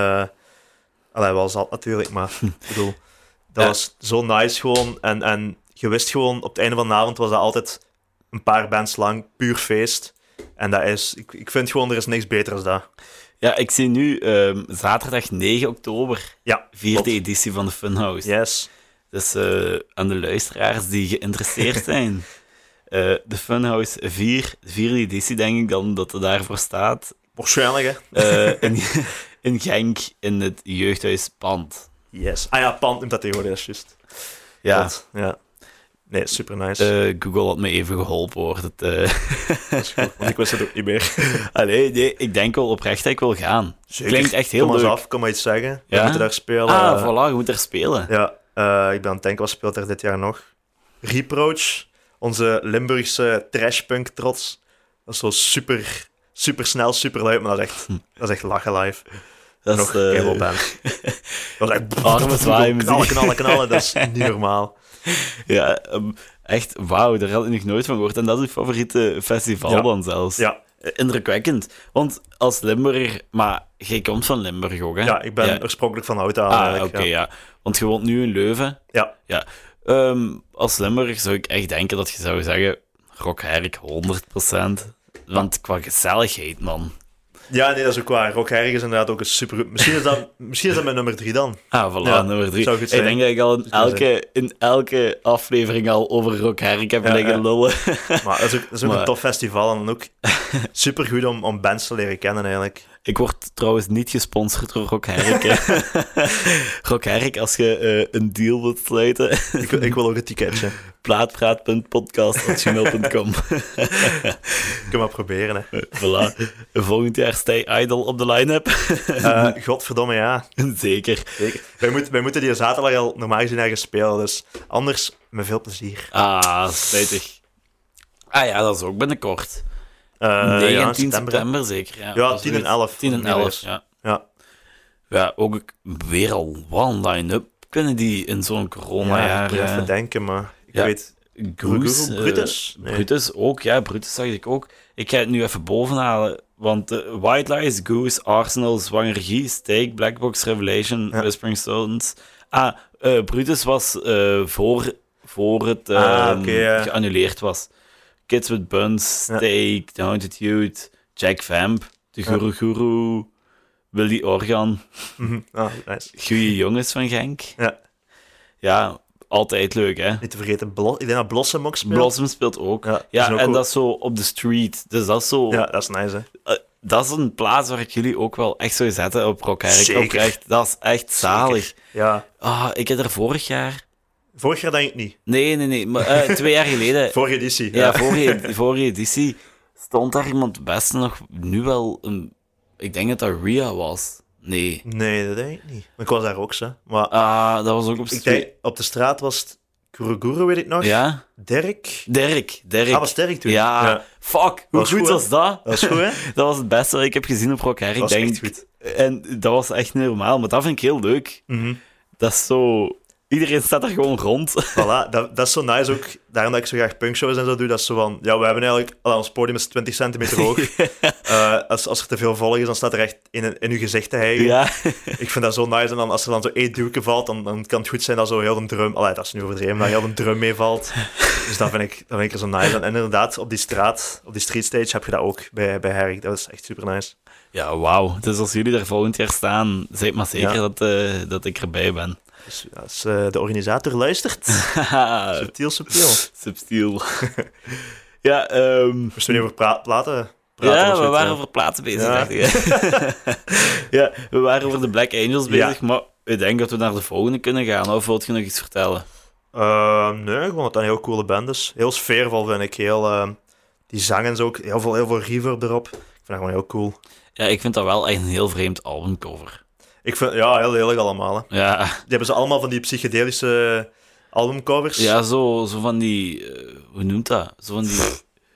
Wel zat natuurlijk, maar ik bedoel, dat was zo nice gewoon. En je wist gewoon, op het einde van de avond was dat altijd een paar bands lang, puur feest. En dat is, ik vind gewoon, er is niks beter dan dat. Ja, ik zie nu zaterdag 9 oktober, ja, 4e editie van de Funhouse. Yes. Dus aan de luisteraars die geïnteresseerd zijn, de Funhouse 4e editie, denk ik dan dat het daarvoor staat. Waarschijnlijk, hè. In Genk, in het jeugdhuis Pand. Yes. Ah ja, Pand noemt dat tegenwoordig, dat is juist. Ja. Pand, ja. Nee, super nice. Google had me even geholpen, hoor. Dat is goed, want ik wist het ook niet meer. Allee, nee, ik denk wel oprecht dat ik wil gaan. Zeker. Klinkt echt heel leuk. Kom eens af, kom maar iets zeggen. Ja? We moeten daar spelen. Voilà, je moet daar spelen. Ja, ik ben aan het denken, wat speelt er dit jaar nog? Reproach, onze Limburgse trashpunk trots. Dat is zo super snel, super luid, maar dat is echt lachen live. Dat nog een band. Dat is echt arme zwaaien, knallen, dat is niet normaal. Ja, echt, wauw, daar had ik nog nooit van gehoord. En dat is uw favoriete festival dan zelfs. Ja. Indrukwekkend. Want als Limburger... Maar jij komt van Limburg ook, hè? Ja, ik ben oorspronkelijk van Houthalen. Oké. Want je woont nu in Leuven. Ja. Ja. Als Limburg zou ik echt denken dat je zou zeggen Rock Herk 100%. Want qua gezelligheid, man. Ja, nee, dat is ook waar. Rock Herrig is inderdaad ook een super... Misschien is dat mijn nummer 3 dan. Ah, voilà, Ja, nummer 3. zou goed Ik zijn. denk dat ik al in elke aflevering al over Rock Herk heb liggen lullen. Maar dat is ook Maar- een tof festival en ook super goed om bands te leren kennen, eigenlijk. Ik word trouwens niet gesponsord door Rock Herk. hè. Rock Herk, als je een deal wilt sluiten, Ik wil ook een ticketje. plaatpraat.podcast@gmail.com. Ik kan maar proberen, hè. Voilà. Volgend jaar Stay Idol op de line-up. Godverdomme, ja. Zeker. Zeker. Wij moeten die zaterdag al normaal gezien ergens spelen, dus anders met veel plezier. Ah, spijtig. Ah ja, dat is ook binnenkort. 9 ja, en 10 september zeker. Ja, Ja, dat is 10 en zoiets. 11. 10 en 11, ja. Ja. Ja, ook weer al one line-up kunnen die in zo'n Ja, ik corona-jaar. moet even denken, maar ik ja. weet... Goose, Brutus? Nee. Brutus ook, ja, Brutus zag ik ook. Ik ga het nu even bovenhalen, want White Lies, Goose, Arsenal, Zwangergie, Steak, Blackbox, Revelation, Ja. Whispering Stones. Brutus was voor het oké, ja. geannuleerd was. Kids with Buns, Ja. Steak, The Haunted Youth, Jack Vamp, De Guru Guru, Willy Organ, Mhm. Ah, nice. Goeie Jongens van Genk. Ja. Ja, altijd leuk, hè? Niet te vergeten, ik denk dat Blossom ook speelt. Blossom speelt ook. Ja, Ja, is ook en goed. dat is zo op de street. Dus dat is zo... Ja, dat is nice, hè. dat is een plaats waar ik jullie ook wel echt zou zetten op Rock Herk. Zeker. Oprecht. Dat is echt zalig. Ja. Ik heb er vorig jaar... Vorig jaar denk ik niet. Nee. Maar, 2 jaar geleden... Vorige editie. ja, vorige editie stond daar iemand best nog nu wel... ik denk dat dat Ria was. Nee. Nee, dat denk ik niet. Maar ik was daar ook, zo. Maar Dat was ook op ik street. denk, op de straat was het Guru, weet ik nog. Ja? Dirk. Dirk. Was Dirk toen? Ja. Fuck. Hoe was goed goed, hè? was dat? Dat is goed, hè? Dat was het beste wat ik heb gezien op Rock Herk. Dat was denk echt goed. En dat was echt niet normaal, maar dat vind ik heel leuk. Mhm. Dat is zo... Iedereen staat er gewoon rond. Voilà, dat is zo nice ook. Daarom dat ik zo graag punkshows en zo doe. Dat is zo van... Ja, we hebben eigenlijk... Ons podium is 20 centimeter hoog. Als er te veel volk is, dan staat er echt in uw gezicht te hijgen. Ja. Ik vind dat zo nice. En dan, als er dan zo één duwke valt, dan kan het goed zijn dat zo heel de drum... Allee, dat is nu overdreven, dat heel de drum meevalt. Dus dat vind ik er zo nice. En inderdaad, op die street stage heb je dat ook bij Herk. Dat is echt super nice. Ja, wauw. Dus als jullie daar volgend jaar staan, zeg maar zeker Ja. dat ik erbij ben. Dus als de organisator luistert, subtiel. Subtiel. Ja, Moesten we niet over platen praten? ja, of we zoiets, waren hè? over platen bezig. Ja. dacht ik. Ja, we waren over de Black Angels Ja. bezig, maar ik denk dat we naar de volgende kunnen gaan. Of wilt je nog iets vertellen? Nee, ik vond het een heel coole band is. Heel sfeervol, vind ik. Heel, die zang en zo ook. Heel veel reverb erop. Ik vind dat gewoon heel cool. Ja, ik vind dat wel echt een heel vreemd albumcover. Ik vind, ja, heel lelijk allemaal. Hè. Ja, Die hebben ze allemaal van die psychedelische albumcovers. ja zo van die... hoe noemt dat? Zo van die...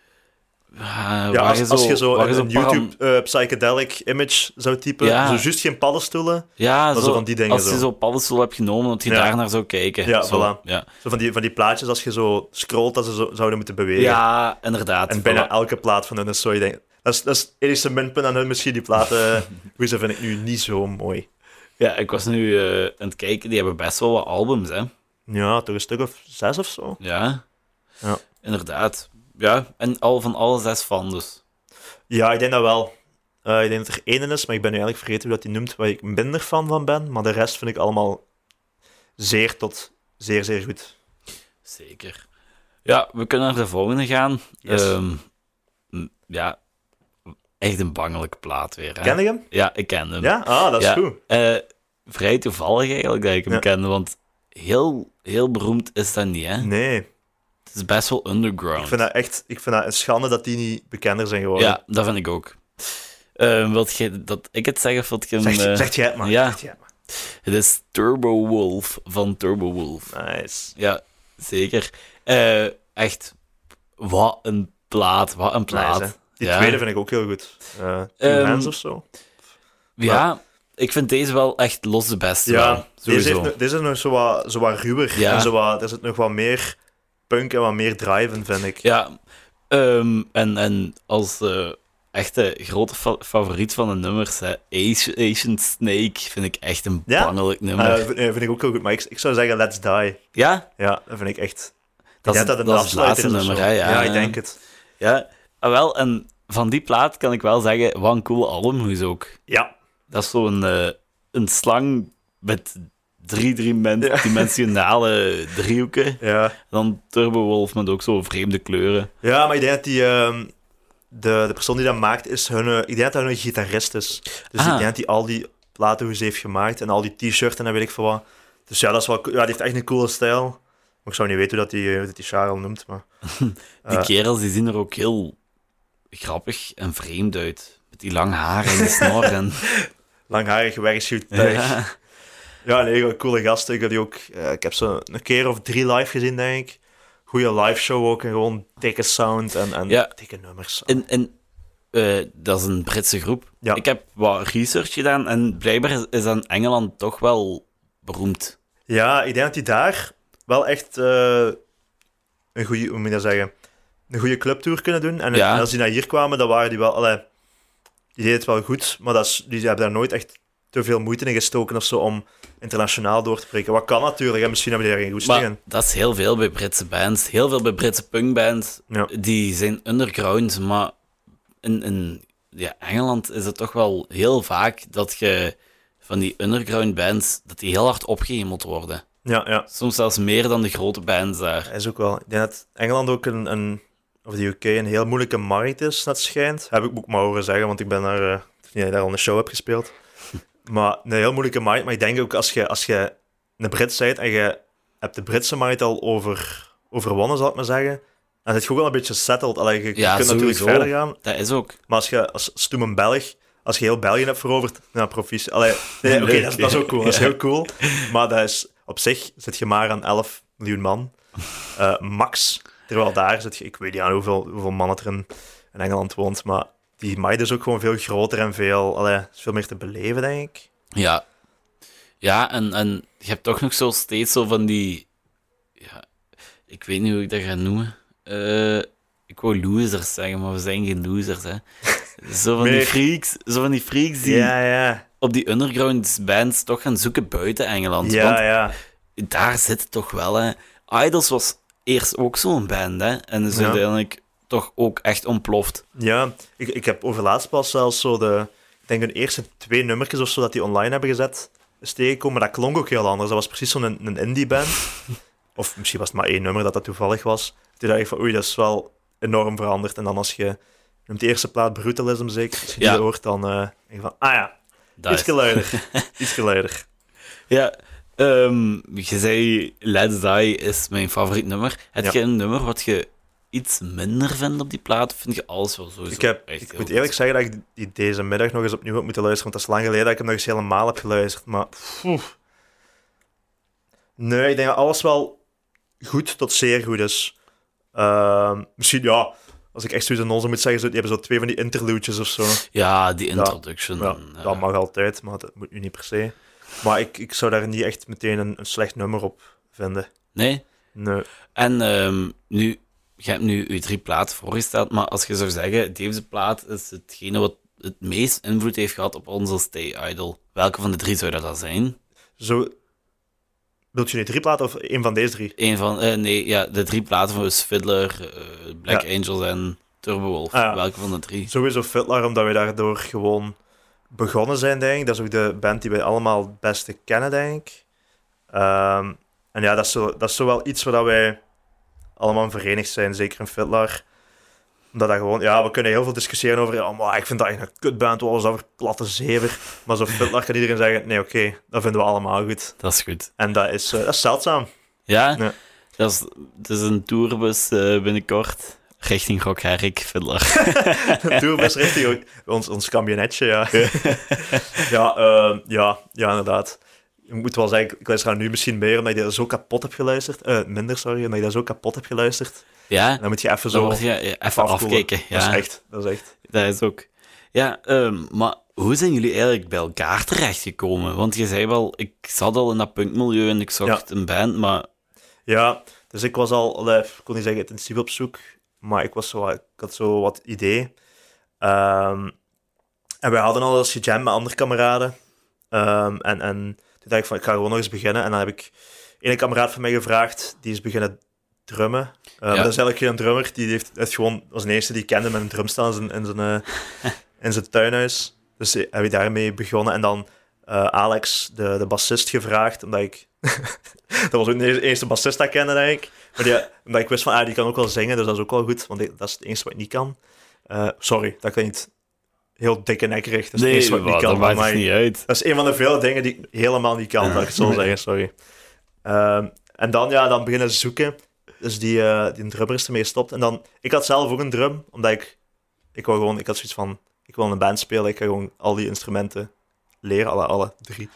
Ja, waar als je zo waar je een YouTube psychedelic image zou typen, Ja. zo juist geen paddenstoelen, Ja, zo van die dingen als zo. je zo'n paddenstoel hebt genomen, dat je Ja. daar naar zou kijken. Ja, Zo, voilà. Ja. zo van die plaatjes als je zo scrolt, dat ze zo zouden moeten bewegen. Ja, inderdaad. En bijna Voilà. elke plaat van hun is zo, je denkt, dat is het enige minpunt aan hun misschien, die platen, hoe ze vind ik nu niet zo mooi. Ja, ik was nu aan het kijken, die hebben best wel wat albums, hè. Ja, toch een stuk of 6 of zo. Ja, Ja. inderdaad. Ja, en al van alle 6 van dus. Ja, ik denk dat wel. Ik denk dat er één is, maar ik ben nu eigenlijk vergeten hoe dat die noemt, waar ik minder van ben. Maar de rest vind ik allemaal zeer tot zeer, zeer goed. Zeker. Ja, we kunnen naar de volgende gaan. Yes. Ja, echt een bangelijke plaat weer. Hè? Ken je hem? Ja, ik ken hem. Ja? Ah, dat is Ja, goed. vrij toevallig eigenlijk dat ik hem Ja. kende, want heel beroemd is dat niet, hè. Nee, Het is best wel underground. ik vind dat een schande dat die niet bekender zijn geworden. Ja, dat vind ik ook. Wilt je dat ik het zeg of wilt je hem... Zeg jij het maar. ja. Zeg jij het maar. Het is Turbo Wolf van Turbo Wolf. Nice. Ja, zeker. Echt, wat een plaat. Nice, hè. Die Ja. tweede vind ik ook heel goed. Two Hands of zo. Ja, ik vind deze wel echt los de beste. wel, Ja, sowieso. deze is nog zo wat ruwer. Ja. En er zit nog wat meer punk en wat meer drive in, vind ik. Ja, en als echte grote favoriet van de nummers. Hè. Asian Snake vind ik echt een bangelijk nummer. Vind ik ook heel goed, maar ik zou zeggen Let's Die. Ja? Ja, dat vind ik echt... Dat is het laatste nummer, hè? Ja, ik denk het. Ja, wel, en van die plaat kan ik wel zeggen, wat een cool album is ook. Ja. Dat is zo'n een slang met driedimensionale driehoeken. Ja. Dan Turbo Wolf met ook zo vreemde kleuren. Ja, maar ik denk dat die... de persoon die dat maakt, is ik denk dat hun gitarist is. Dus ik denk dat hij al die platenhoes heeft gemaakt en al die t-shirts en weet ik veel wat. Dus ja, dat is wel, die heeft echt een coole stijl. Maar ik zou niet weten hoe dat die Charles noemt. Maar, die kerels die zien er ook heel grappig en vreemd uit. Met die lang haar en die snor. En... Langharig werkschuwtuig. Ja, nee, coole gasten. Ik heb ze een keer of 3 live gezien, denk ik. Goeie live show ook en gewoon dikke sound en dikke nummers. Dat is een Britse groep. Ja. Ik heb wat research gedaan en blijkbaar is dat in Engeland toch wel beroemd. Ja, ik denk dat die daar wel echt een goede, hoe moet je dat zeggen, een goede clubtour kunnen doen. En als die naar hier kwamen, dan waren die wel, die deden het wel goed, maar die hebben daar nooit echt te veel moeite in gestoken of zo om internationaal door te breken. Wat kan natuurlijk, en misschien hebben die daar geen goesting in. Dat is heel veel bij Britse bands. Heel veel bij Britse punkbands. Ja. Die zijn underground, maar in Engeland is het toch wel heel vaak dat je van die underground bands, dat die heel hard opgehemeld worden. Ja. Soms zelfs meer dan de grote bands daar. Dat is ook wel. Ik denk dat Engeland ook of de UK een heel moeilijke markt is, dat schijnt. Heb ik ook maar horen zeggen, want ik ben daar al een show heb gespeeld. Maar een heel moeilijke markt. Maar ik denk ook, als je een Brit bent en je hebt de Britse markt al overwonnen, zal ik maar zeggen, dan zit je ook wel een beetje settled. Je kunt natuurlijk verder gaan. Dat is ook. Maar als stoeme Belg, als je heel België hebt veroverd, nou, proficiat. Dat is ook cool. Dat is heel cool. Maar dat is, op zich zit je maar aan 11 miljoen man. Max. Terwijl daar zit je... Ik weet niet aan hoeveel mannen er in Engeland woont, maar die markt is ook gewoon veel groter en veel meer te beleven, denk ik. Ja. Ja, en je hebt toch nog zo steeds zo van die... Ja, ik weet niet hoe ik dat ga noemen. Ik wou losers zeggen, maar we zijn geen losers, hè. Zo van die freaks die op die underground bands toch gaan zoeken buiten Engeland. Want daar zit het toch wel, hè. Idols was eerst ook zo'n band, hè. En is uiteindelijk toch ook echt ontploft. Ja, ik heb overlaatst pas zelfs zo ik denk de eerste 2 nummertjes of zo dat die online hebben gezet is tegengekomen. Dat klonk ook heel anders. Dat was precies zo'n indie band. Of misschien was het maar 1 nummer dat toevallig was. Toen dacht ik van, oei, dat is wel enorm veranderd. En dan als je noemt de eerste plaat Brutalism zeker, als je die hoort, dan denk je van, ietsje luider. Ja, je zei Let's Die is mijn favoriet nummer. Heb je een nummer wat je iets minder vindt op die plaat? Of vind je alles wel sowieso? Ik moet eerlijk zeggen dat ik die deze middag nog eens opnieuw heb moeten luisteren, want dat is lang geleden dat ik hem nog eens helemaal heb geluisterd. Maar nee, ik denk dat alles wel goed tot zeer goed is. Misschien, als ik echt zoiets aan ons moet zeggen, die hebben zo 2 van die interludes of zo. Ja, die introduction. Dat mag altijd, maar dat moet nu niet per se. Maar ik zou daar niet echt meteen een slecht nummer op vinden. Nee? Nee. En nu, je hebt nu je 3 platen voorgesteld, maar als je zou zeggen, deze plaat is hetgene wat het meest invloed heeft gehad op onze Stay Idle. Welke van de 3 zou dat zijn? Wilt je nu 3 platen of 1 van deze 3? De 3 platen van Fiddler, Black Angels en Turbo Wolf. Welke van de 3? Sowieso Fiddler, omdat we daardoor gewoon begonnen zijn, denk ik. Dat is ook de band die wij allemaal het beste kennen, denk ik. En ja, dat is zo wel iets waar wij allemaal verenigd zijn, zeker in Fiddler. Omdat dat gewoon... Ja, we kunnen heel veel discussiëren over... maar ik vind dat echt een kutband, wat was dat voor platte zever. Maar zo Fiddler kan iedereen zeggen... Nee, oké, dat vinden we allemaal goed. Dat is goed. En dat is zeldzaam. Ja? Dat is een tourbus binnenkort... Richting Rockherk, Fiddler. Een tourbus richting ons kamionetje, ja, inderdaad. Ik moet wel zeggen, ik luister nu misschien meer omdat je dat zo kapot hebt geluisterd. Omdat je dat zo kapot hebt geluisterd. Ja. Dan moet je even zo... even afkijken. Ja. Dat is echt. Dat is ook. Ja, maar hoe zijn jullie eigenlijk bij elkaar terechtgekomen? Want je zei wel, ik zat al in dat punkmilieu en ik zocht een band, maar... Ja, dus ik was al, ik kon niet zeggen intensief op zoek, maar ik had zo wat idee. En wij hadden al eens gejamd met andere kameraden. En toen dacht ik van, ik ga gewoon nog eens beginnen. En dan heb ik een kameraad van mij gevraagd, die is beginnen drummen. Dat is eigenlijk geen drummer, die heeft gewoon, was de eerste die ik kende met een drumstel in zijn tuinhuis. Dus heb ik daarmee begonnen. En dan Alex, de bassist, gevraagd, omdat ik... dat was ook de eerste bassist dat ik kende, denk ik. Maar omdat ik wist van, die kan ook wel zingen, dus dat is ook wel goed, want dat is het enige wat ik niet kan. Sorry, dat klinkt heel dikke nekkerig. Dat is het enige wat ik niet kan. Dat maakt het niet uit. Dat is een van de vele dingen die ik helemaal niet kan, dat ik het zo zeggen, sorry. En dan beginnen zoeken. Dus die drummer is ermee gestopt. En dan, ik had zelf ook een drum, omdat ik had zoiets van, ik wil in een band spelen, ik ga gewoon al die instrumenten leren, alle 3.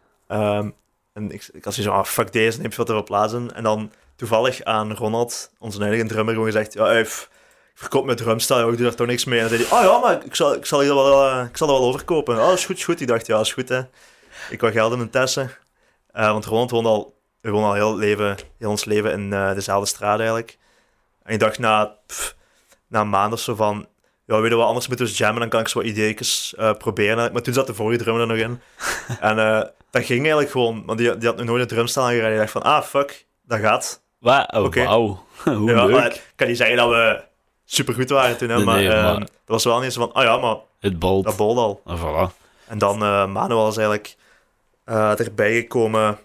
En ik had zoiets van, fuck deze, neem veel te veel plaats in. En dan toevallig aan Ronald, onze eigen drummer, gewoon gezegd, ik verkoop mijn drumstel, ik doe daar toch niks mee. En dan zei hij, maar ik zal dat wel overkopen. Oh, is goed. Ik dacht, ja, is goed, hè. Ik wou geld in mijn tessen. Want Ronald woont al heel ons leven in dezelfde straat, eigenlijk. En ik dacht, na een maand of zo van... Ja, weet je wat, anders moeten we jammen, dan kan ik zo wat ideetjes proberen. Maar toen zat de vorige drummer er nog in. En dat ging eigenlijk gewoon, want die had nog nooit een drumstel aangeraden. Ik dacht van, fuck, dat gaat. Wauw, hoe leuk. Ik kan niet zeggen dat we supergoed waren toen, hè, maar dat was wel niet zo van, maar het bolt. Dat bolt al. En voilà. En dan Manuel is eigenlijk erbij gekomen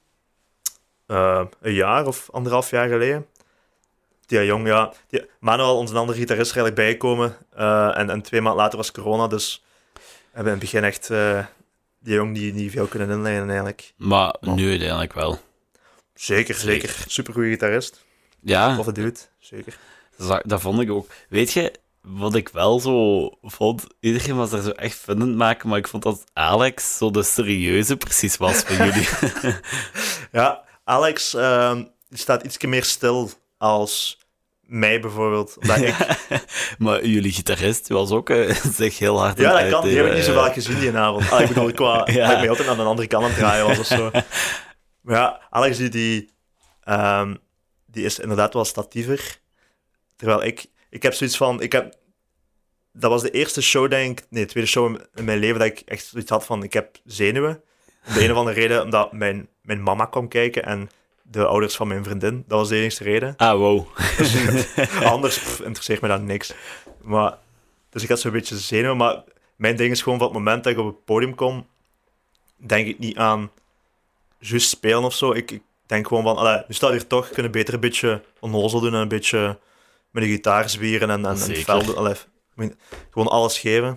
een jaar of 1,5 jaar geleden. Die jong, Manuel, onze andere gitarist, is er eigenlijk bijgekomen. En 2 maanden later was corona, dus we hebben in het begin echt die jong niet veel kunnen inleiden eigenlijk. Maar nu uiteindelijk wel. Zeker. Supergoeie gitarist. Ja. Of het doet, zeker. Dat vond ik ook. Weet je, wat ik wel zo vond, iedereen was er zo echt fun aan het maken, maar ik vond dat Alex zo de serieuze precies was van jullie. Ja, Alex die staat iets meer stil als mij bijvoorbeeld. Maar jullie gitarist was ook zich heel hard ja, dat kan. Die heb ik niet zo vaak gezien die avond. Ik bedoel, dat ik mij altijd aan de andere kant aan het draaien was of zo. Maar ja, Alex die is inderdaad wel statiever. Terwijl ik heb zoiets van... dat was de eerste show, denk ik... Nee, de tweede show in mijn leven dat ik echt zoiets had van... Ik heb zenuwen. Om de een of andere reden, omdat mijn mama kwam kijken en de ouders van mijn vriendin. Dat was de enige reden. Ah, wow. Dus, anders interesseert me dat niks. Dus ik had zo'n beetje zenuwen. Maar mijn ding is gewoon van het moment dat ik op het podium kom, denk ik niet aan juist spelen of zo. Ik denk gewoon van, nu staat hier toch, kunnen beter een beetje onnozel doen en een beetje met de gitaar zwieren en velden. Gewoon alles geven.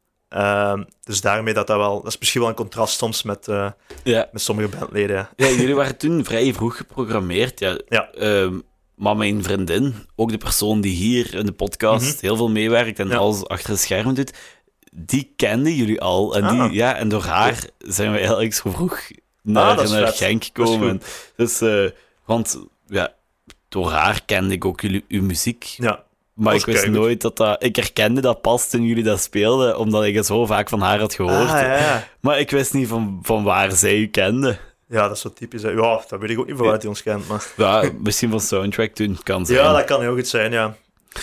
Dus daarmee dat is misschien wel een contrast soms met sommige bandleden. Ja, jullie waren toen vrij vroeg geprogrammeerd. Ja. Maar mijn vriendin, ook de persoon die hier in de podcast heel veel meewerkt en alles achter de schermen doet, die kenden jullie al. En, en door haar zijn we eigenlijk zo vroeg naar Genk gekomen. Dus, want door haar kende ik ook uw muziek. Ja. Maar ik wist nooit ik herkende dat pas toen jullie dat speelden, omdat ik het zo vaak van haar had gehoord. Maar ik wist niet van waar zij u kende. Ja, dat is zo typisch. Ja, dat weet ik ook niet van waar hij ons kent. Maar... Ja, misschien van Soundtrack toen, kan zijn. Ja, dat kan heel goed zijn, ja.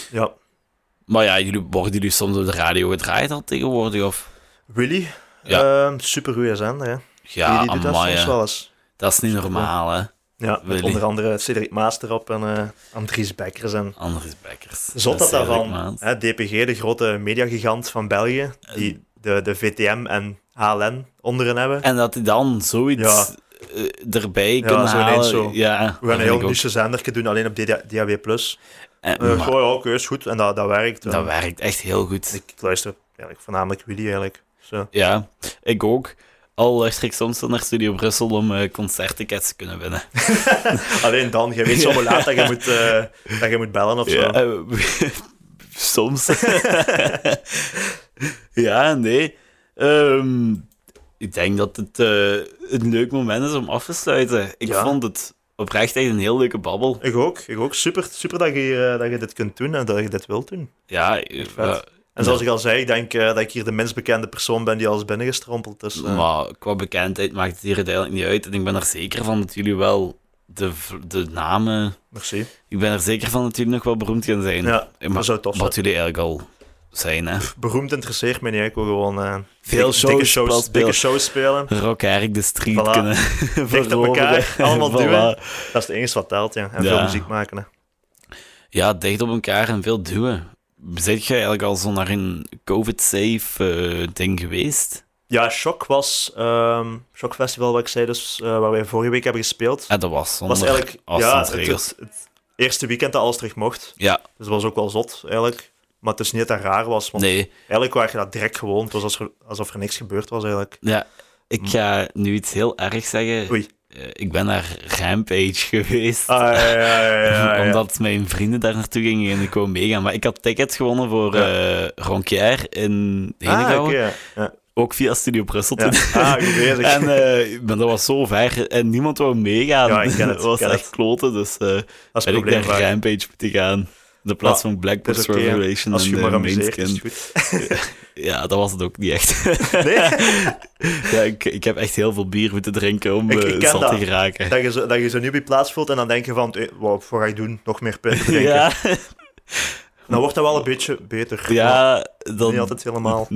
Maar ja, worden jullie soms op de radio gedraaid al tegenwoordig, of? Willy? Ja. Supergoeie zender, hè. Ja, die doet dat soms wel eens. Dat is niet normaal, hè. Ja, met onder andere Cedric Maas erop en Andries Bekkers. Andries Bekkers. Zot dat daarvan. DPG, de grote mediagigant van België, die de VTM en HLN onderin hebben. En dat die dan zoiets erbij kunnen halen. Zo. Ja, we gaan een heel niche zendertje doen, alleen op DAB+. Oké, is goed. En dat werkt. Dat werkt echt heel goed. Ik luister voornamelijk Willy eigenlijk. Zo. Ja, ik ook. Al luister ik soms naar Studio Brussel om concerttickets te kunnen winnen. Alleen dan, je weet zo laat dat je moet bellen of zo. Ja, soms. Ja, nee. Ik denk dat het een leuk moment is om af te sluiten. Ik vond het oprecht echt een heel leuke babbel. Ik ook. Super dat je dit kunt doen en dat je dit wilt doen. Ja, en zoals ik al zei, ik denk dat ik hier de minst bekende persoon ben die al is binnengestrompeld. Dus, maar qua bekendheid maakt het hier uiteindelijk niet uit. En ik ben er zeker van dat jullie wel de namen... Merci. Ik ben er zeker van dat jullie nog wel beroemd gaan zijn. Ja, dat zou tof zijn. Wat jullie eigenlijk al zijn, hè. Beroemd interesseert mij niet. Ik wil gewoon Veel dikke shows spelen. Rock Eric de street Voilà. kunnen Dicht op elkaar, allemaal Voilà. duwen. Dat is het enige wat telt, ja. En Ja. veel muziek maken, hè. Ja, dicht op elkaar en veel duwen. Zit je eigenlijk al zo naar een COVID-safe ding geweest? Ja, Shock was... Shock Festival, wat ik zei, dus, waar wij vorige week hebben gespeeld. Ja, dat was zonder Was eigenlijk afstandsregels. het eerste weekend dat alles terug mocht. Ja, Dus dat was ook wel zot, eigenlijk. Maar het is niet dat dat raar was, want nee. eigenlijk waar je dat direct gewoon. Het was alsof er niks gebeurd was, eigenlijk. Ja, ik ga nu iets heel erg zeggen. Oei. Ik ben naar Rampage geweest. Ja. Omdat mijn vrienden daar naartoe gingen en ik wou meegaan. Maar ik had tickets gewonnen voor Ronquière in Henegouwen. Oké, ja. Ook via Studio Brussel toen. Ja. Goed bezig. Maar dat was zo ver en niemand wou meegaan. Ja, ik ken het, Dat was ik ken echt kloten, dus dat is het ben ik probleem. naar Rampage moeten gaan. In de plaats van Blackbird Dat is oké, Revelation als je en je maar de amuseert, is Mainskin. het goed. Ja, dat was het ook niet echt. Nee? Ja, ik heb echt heel veel bier moeten drinken om Ik ken zat dat. te geraken. Dat je zo nu op je plaats voelt en dan denk je van, wat ga ik doen? Nog meer punten drinken. Ja, Dan wordt dat wel een beetje beter. Maar ja, dan... niet altijd helemaal.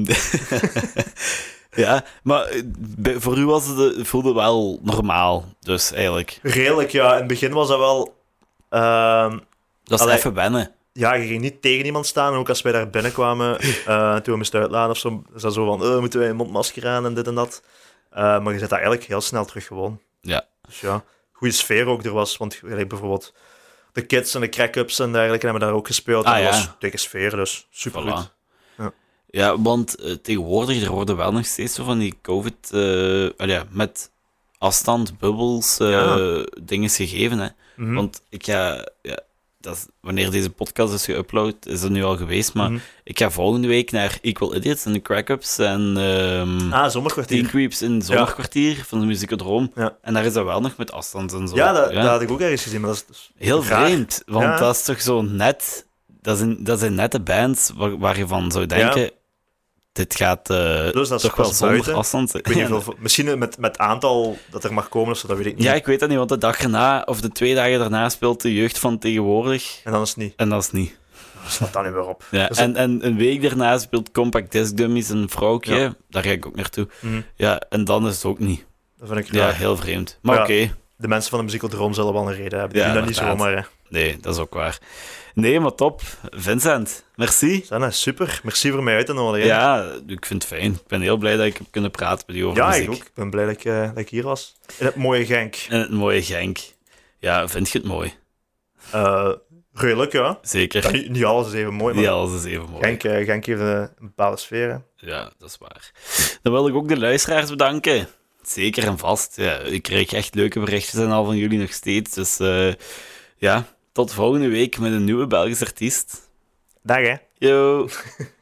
Ja, maar voor u voelde het wel normaal, dus eigenlijk. Redelijk, ja. In het begin was dat wel... Dat is Allee. even wennen. Ja, je ging niet tegen iemand staan. En ook als wij daar binnenkwamen, toen we moesten uitladen of zo, is dat zo van, moeten wij een mondmasker aan en dit en dat. Maar je zit dat eigenlijk heel snel terug gewoon. Ja. Dus ja, goede sfeer ook er was. Want bijvoorbeeld de kids en de crack-ups en dergelijke hebben daar ook gespeeld. Ah, en dat ja. was dikke sfeer, dus super goed. Voilà. Ja, want tegenwoordig er worden wel nog steeds zo van die COVID... met afstand, bubbels, dingen gegeven. Hè. Mhm. Want ik ga... Ja, wanneer deze podcast is geüpload, is dat nu al geweest. Maar Mhm. ik ga volgende week naar Equal Idiots en de Crack-Ups en Teen Zomerkwartier. Creeps in het Zomerkwartier van de Musicodroom. Ja. En daar is dat wel nog met afstand en zo. Ja, dat had ik ook ergens gezien, maar dat is Heel raar. vreemd, want Ja. dat is toch zo net... Dat zijn nette bands waar je van zou denken... Dit gaat Dus dat is toch wel pas zonder buiten. afstand. Ik weet niet hoeveel, misschien met aantal dat er mag komen of zo, dat weet ik niet. Ja, ik weet dat niet, want de dag erna, of de 2 dagen daarna, speelt de jeugd van tegenwoordig. En dan is het niet. En dat is niet. Staat dan nu weer op. Ja, Dus en een week daarna speelt Compact Disc Dummies een vrouwtje. Ja. Daar ga ik ook naartoe. Mhm. Ja, en dan is het ook niet. dat vind ik Ja, raar. heel vreemd. Maar Ja. oké. De mensen van de Musicodroom zullen wel een reden hebben. Die Ja, doen dat niet inderdaad. zomaar. Hè. Nee, dat is ook waar. Nee, maar top. Vincent, merci. Sanne, super. Merci voor mij uit te nodigen. Ja, ik vind het fijn. Ik ben heel blij dat ik heb kunnen praten met u over Ja, muziek. ik ook. Ik ben blij dat ik hier was. In het mooie Genk. En het mooie Genk. Ja, vind je het mooi? Redelijk, ja. Zeker. Ja, niet alles is even mooi, maar Niet alles is even mooi. Genk heeft een bepaalde sfeer. Hè. Ja, dat is waar. Dan wil ik ook de luisteraars bedanken. Zeker en vast. Ja, ik kreeg echt leuke berichtjes en al van jullie nog steeds. Dus ja, tot volgende week met een nieuwe Belgische artiest. Dag, hè. Yo!